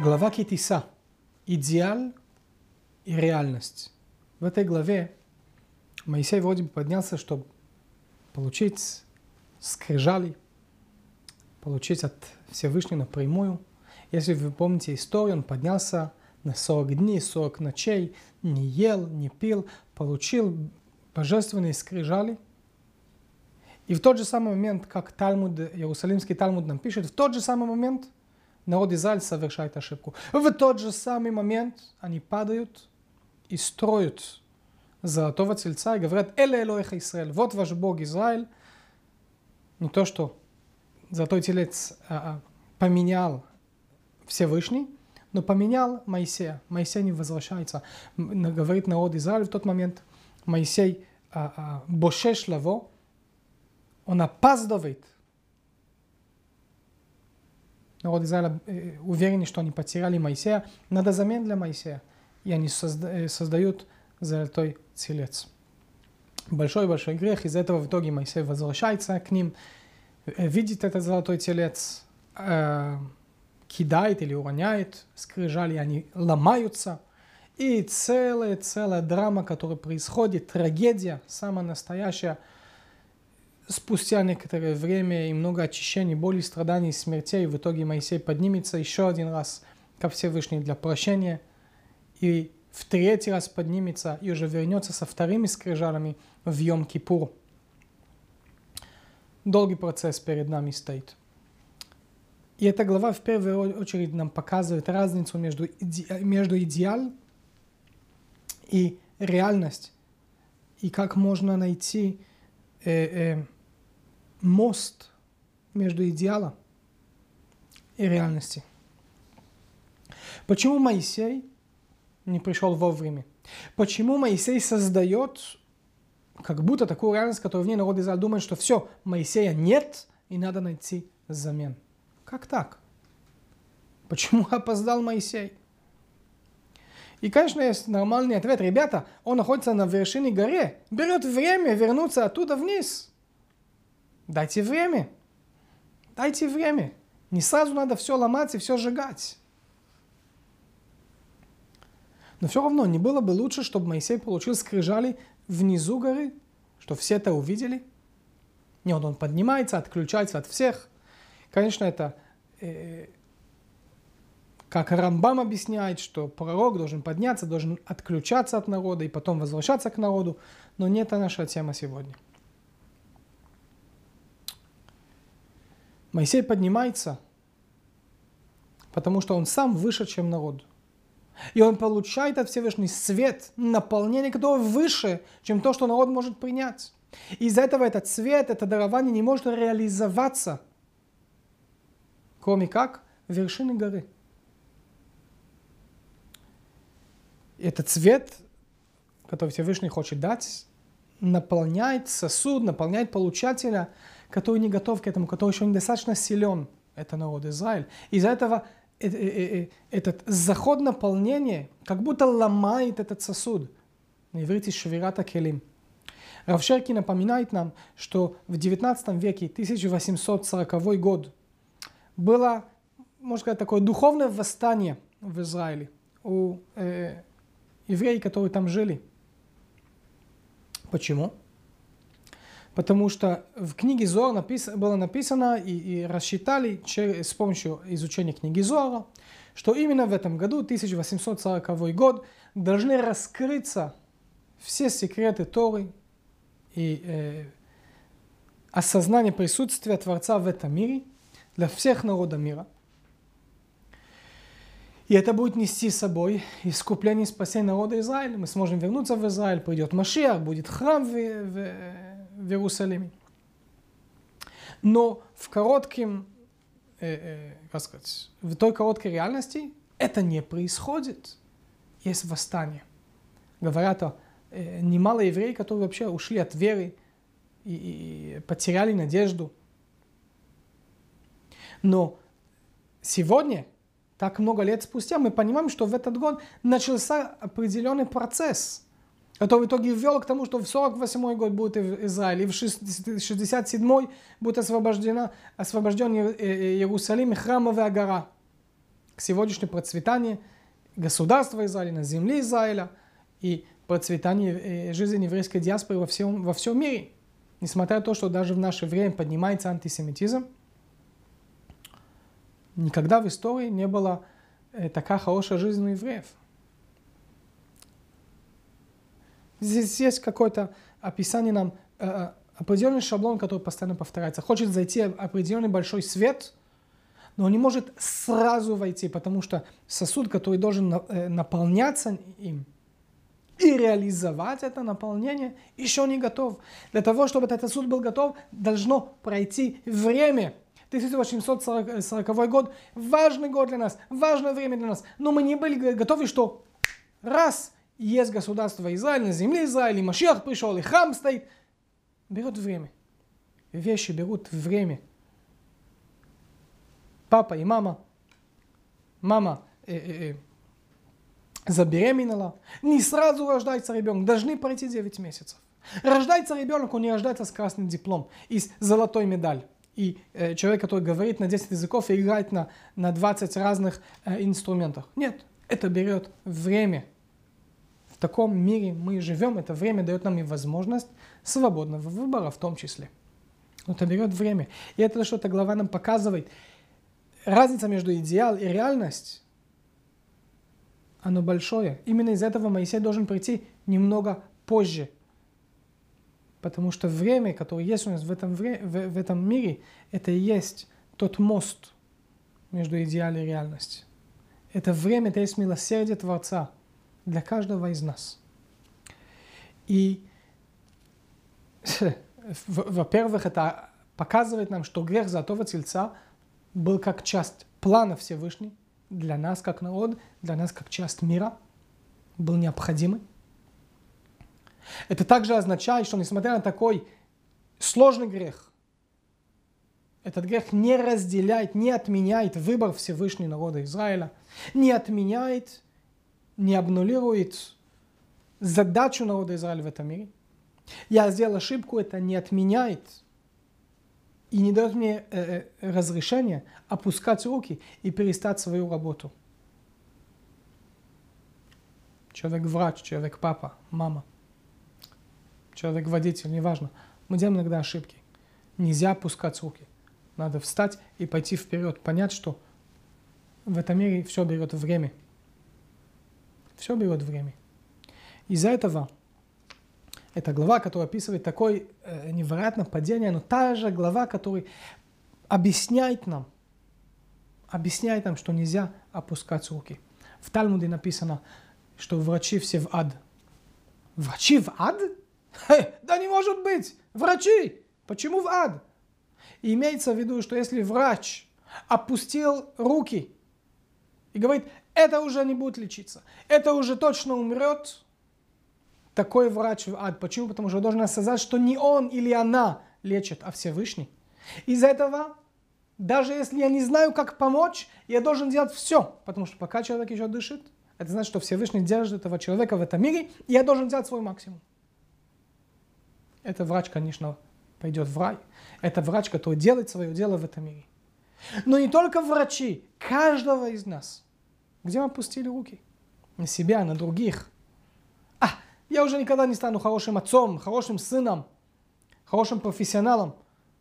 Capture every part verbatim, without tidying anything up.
Глава Ки-Тиса. Идеал и реальность. В этой главе Моисей вроде бы поднялся, чтобы получить скрижали, получить от Всевышнего напрямую. Если вы помните историю, он поднялся на сорок дней, сорок ночей, не ел, не пил, получил божественные скрижали. И в тот же самый момент, как Талмуд, Иерусалимский Талмуд нам пишет, в тот же самый момент народ Израиля совершает ошибку. В тот же самый момент они падают и строят золотого тельца и говорят: «Эле Элоэха Исраэль», вот ваш Бог Израиль. Не то, что золотой телец а, а, поменял Всевышний, но поменял Моисея. Моисей не возвращается. Говорит народ Израиля в тот момент. Моисей а, а, бошеш лаво, он опаздывает. Народ Израиля э, уверен, что они потеряли Моисея. Надо замен для Моисея. И они созда- создают золотой телец. Большой-большой грех. Из-за этого в итоге Моисей возвращается к ним, э, видит этот золотой телец, э, кидает или уроняет скрижали, они ломаются. И целая-целая драма, которая происходит, трагедия, самая настоящая. Спустя некоторое время и много очищений, боли, страданий, смертей, в итоге Моисей поднимется еще один раз ко Всевышнему для прощения. И в третий раз поднимется и уже вернется со вторыми скрижалями в Йом-Кипур. Долгий процесс перед нами стоит. И эта глава в первую очередь нам показывает разницу между, иде... между идеал и реальность. И как можно найти э, э, мост между идеалом и реальностью. Почему Моисей не пришел вовремя? Почему Моисей создает как будто такую реальность, которую в ней народ Израиля думает, что все, Моисея нет и надо найти замен? Как так? Почему опоздал Моисей? И, конечно, есть нормальный ответ. Ребята, он находится на вершине горы, берет время вернуться оттуда вниз. Дайте время. Дайте время. Не сразу надо все ломать и все сжигать. Но все равно не было бы лучше, чтобы Моисей получил скрижали внизу горы, чтобы все это увидели. Нет, он поднимается, отключается от всех. Конечно, это, э, как Рамбам объясняет, что пророк должен подняться, должен отключаться от народа и потом возвращаться к народу. Но не это наша тема сегодня. Моисей поднимается, потому что он сам выше, чем народ. И он получает от Всевышнего свет, наполнение, которое выше, чем то, что народ может принять. Из-за этого этот свет, это дарование не может реализоваться, кроме как вершины горы. Этот свет, который Всевышний хочет дать, наполняет сосуд, наполняет получателя, который не готов к этому, который еще недостаточно силен. Это народ Израиль. Из-за этого этот заход наполнения как будто ломает этот сосуд. На иврите швират акелим. Рав Шерки напоминает нам, что в девятнадцатом веке, тысяча восемьсот сороковой год, было, можно сказать, такое духовное восстание в Израиле у э, евреев, которые там жили. Почему? Потому что в книге Зоар напис... было написано и, и рассчитали через... с помощью изучения книги Зоара, что именно в этом году, тысяча восемьсот сороковой год, должны раскрыться все секреты Торы и э, осознание присутствия Творца в этом мире для всех народов мира. И это будет нести с собой искупление и спасение народа Израиля. Мы сможем вернуться в Израиль, придет Машиах, будет храм в, в, в Иерусалиме. Но в коротким, э, э, как сказать, в той короткой реальности это не происходит. Есть восстание. Говорят о э, немало евреев, которые вообще ушли от веры и, и потеряли надежду. Но сегодня, так много лет спустя, мы понимаем, что в этот год начался определенный процесс, который в итоге ввел к тому, что в сорок восьмой год будет Израиль, и в шестьдесят седьмой будет освобожден Иерусалим и храмовая гора. к сегодняшнему процветанию государства Израиля, на земле Израиля и процветанию жизни еврейской диаспоры во всем, во всем мире. Несмотря на то, что даже в наше время поднимается антисемитизм, никогда в истории не была такая хорошая жизнь у евреев. Здесь есть какое-то описание нам, э, определенный шаблон, который постоянно повторяется. Хочет зайти определенный большой свет, но он не может сразу войти, потому что сосуд, который должен э, наполняться им и реализовать это наполнение, еще не готов. Для того, чтобы этот сосуд был готов, должно пройти время. тысяча восемьсот сороковой год, важный год для нас, важное время для нас. Но мы не были готовы, что раз есть государство Израиль, на земле Израиля, и Машиах пришел, и храм стоит. Берет время. Вещи берут время. Папа и мама. Мама э, э, э, забеременела. Не сразу рождается ребенок. Должны пройти девять месяцев. Рождается ребенок, он не рождается с красным дипломом и с золотой медалью. И э, человек, который говорит на десять языков и играет на, на двадцать разных э, инструментах. Нет, это берет время. В таком мире мы живем, это время дает нам и возможность свободного выбора в том числе. Но это берет время. И это что-то глава нам показывает. Разница между идеал и реальность, оно большое. Именно из этого Моисей должен прийти немного позже. Потому что время, которое есть у нас в этом, вре- в, в этом мире, это и есть тот мост между идеалом и реальностью. Это время, это есть милосердие Творца для каждого из нас. И, во-первых, это показывает нам, что грех Золотого Тельца был как часть плана Всевышнего для нас как народ, для нас как часть мира, был необходимый. Это также означает, что несмотря на такой сложный грех, этот грех не разделяет, не отменяет выбор Всевышнего народа Израиля, не отменяет, не обнулирует задачу народа Израиля в этом мире. Я сделал ошибку, это не отменяет и не дает мне э, разрешения опускать руки и перестать свою работу. Человек-врач, человек-папа, мама, человек-водитель, неважно. Мы делаем иногда ошибки. Нельзя опускать руки. Надо встать и пойти вперед, понять, что в этом мире все берет время. Все берет время. Из-за этого эта глава, которая описывает такое э, невероятное падение, но та же глава, которая объясняет нам, объясняет нам, что нельзя опускать руки. В Талмуде написано, что врачи все в ад. Врачи в ад? Хе, да не может быть! Врачи! Почему в ад? И имеется в виду, что если врач опустил руки и говорит, это уже не будет лечиться, это уже точно умрет, такой врач в ад. Почему? Потому что он должен осознать, что не он или она лечит, а Всевышний. Из-за этого, даже если я не знаю, как помочь, я должен делать все. Потому что пока человек еще дышит, это значит, что Всевышний держит этого человека в этом мире, и я должен делать свой максимум. Этот врач, конечно, пойдет в рай. Это врач, который делает свое дело в этом мире. Но не только врачи, каждого из нас. Где мы опустили руки? На себя, на других. А, я уже никогда не стану хорошим отцом, хорошим сыном, хорошим профессионалом.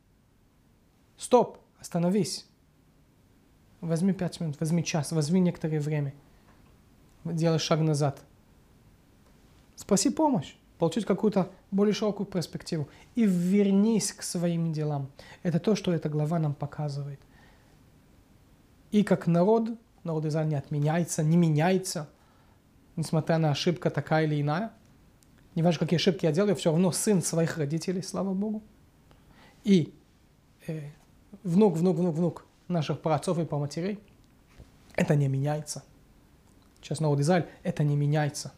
Стоп, остановись. Возьми пять минут, возьми час, возьми некоторое время. Делай шаг назад. Спроси помощь. Получить какую-то более широкую перспективу. И вернись к своим делам. Это то, что эта глава нам показывает. И как народ, народ Израиля не отменяется, не меняется, несмотря на ошибка такая или иная. Не важно, какие ошибки я делаю, все равно сын своих родителей, слава Богу. И э, внук, внук, внук, внук наших праотцов и праматерей. Это не меняется. Сейчас народ Израиля, это не меняется.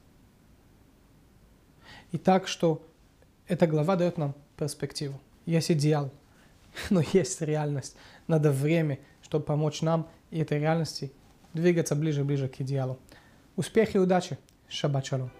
И так, что эта глава дает нам перспективу. Есть идеал, но есть реальность. Надо время, чтобы помочь нам и этой реальности двигаться ближе и ближе к идеалу. Успехи и удачи. Шаббат шалом.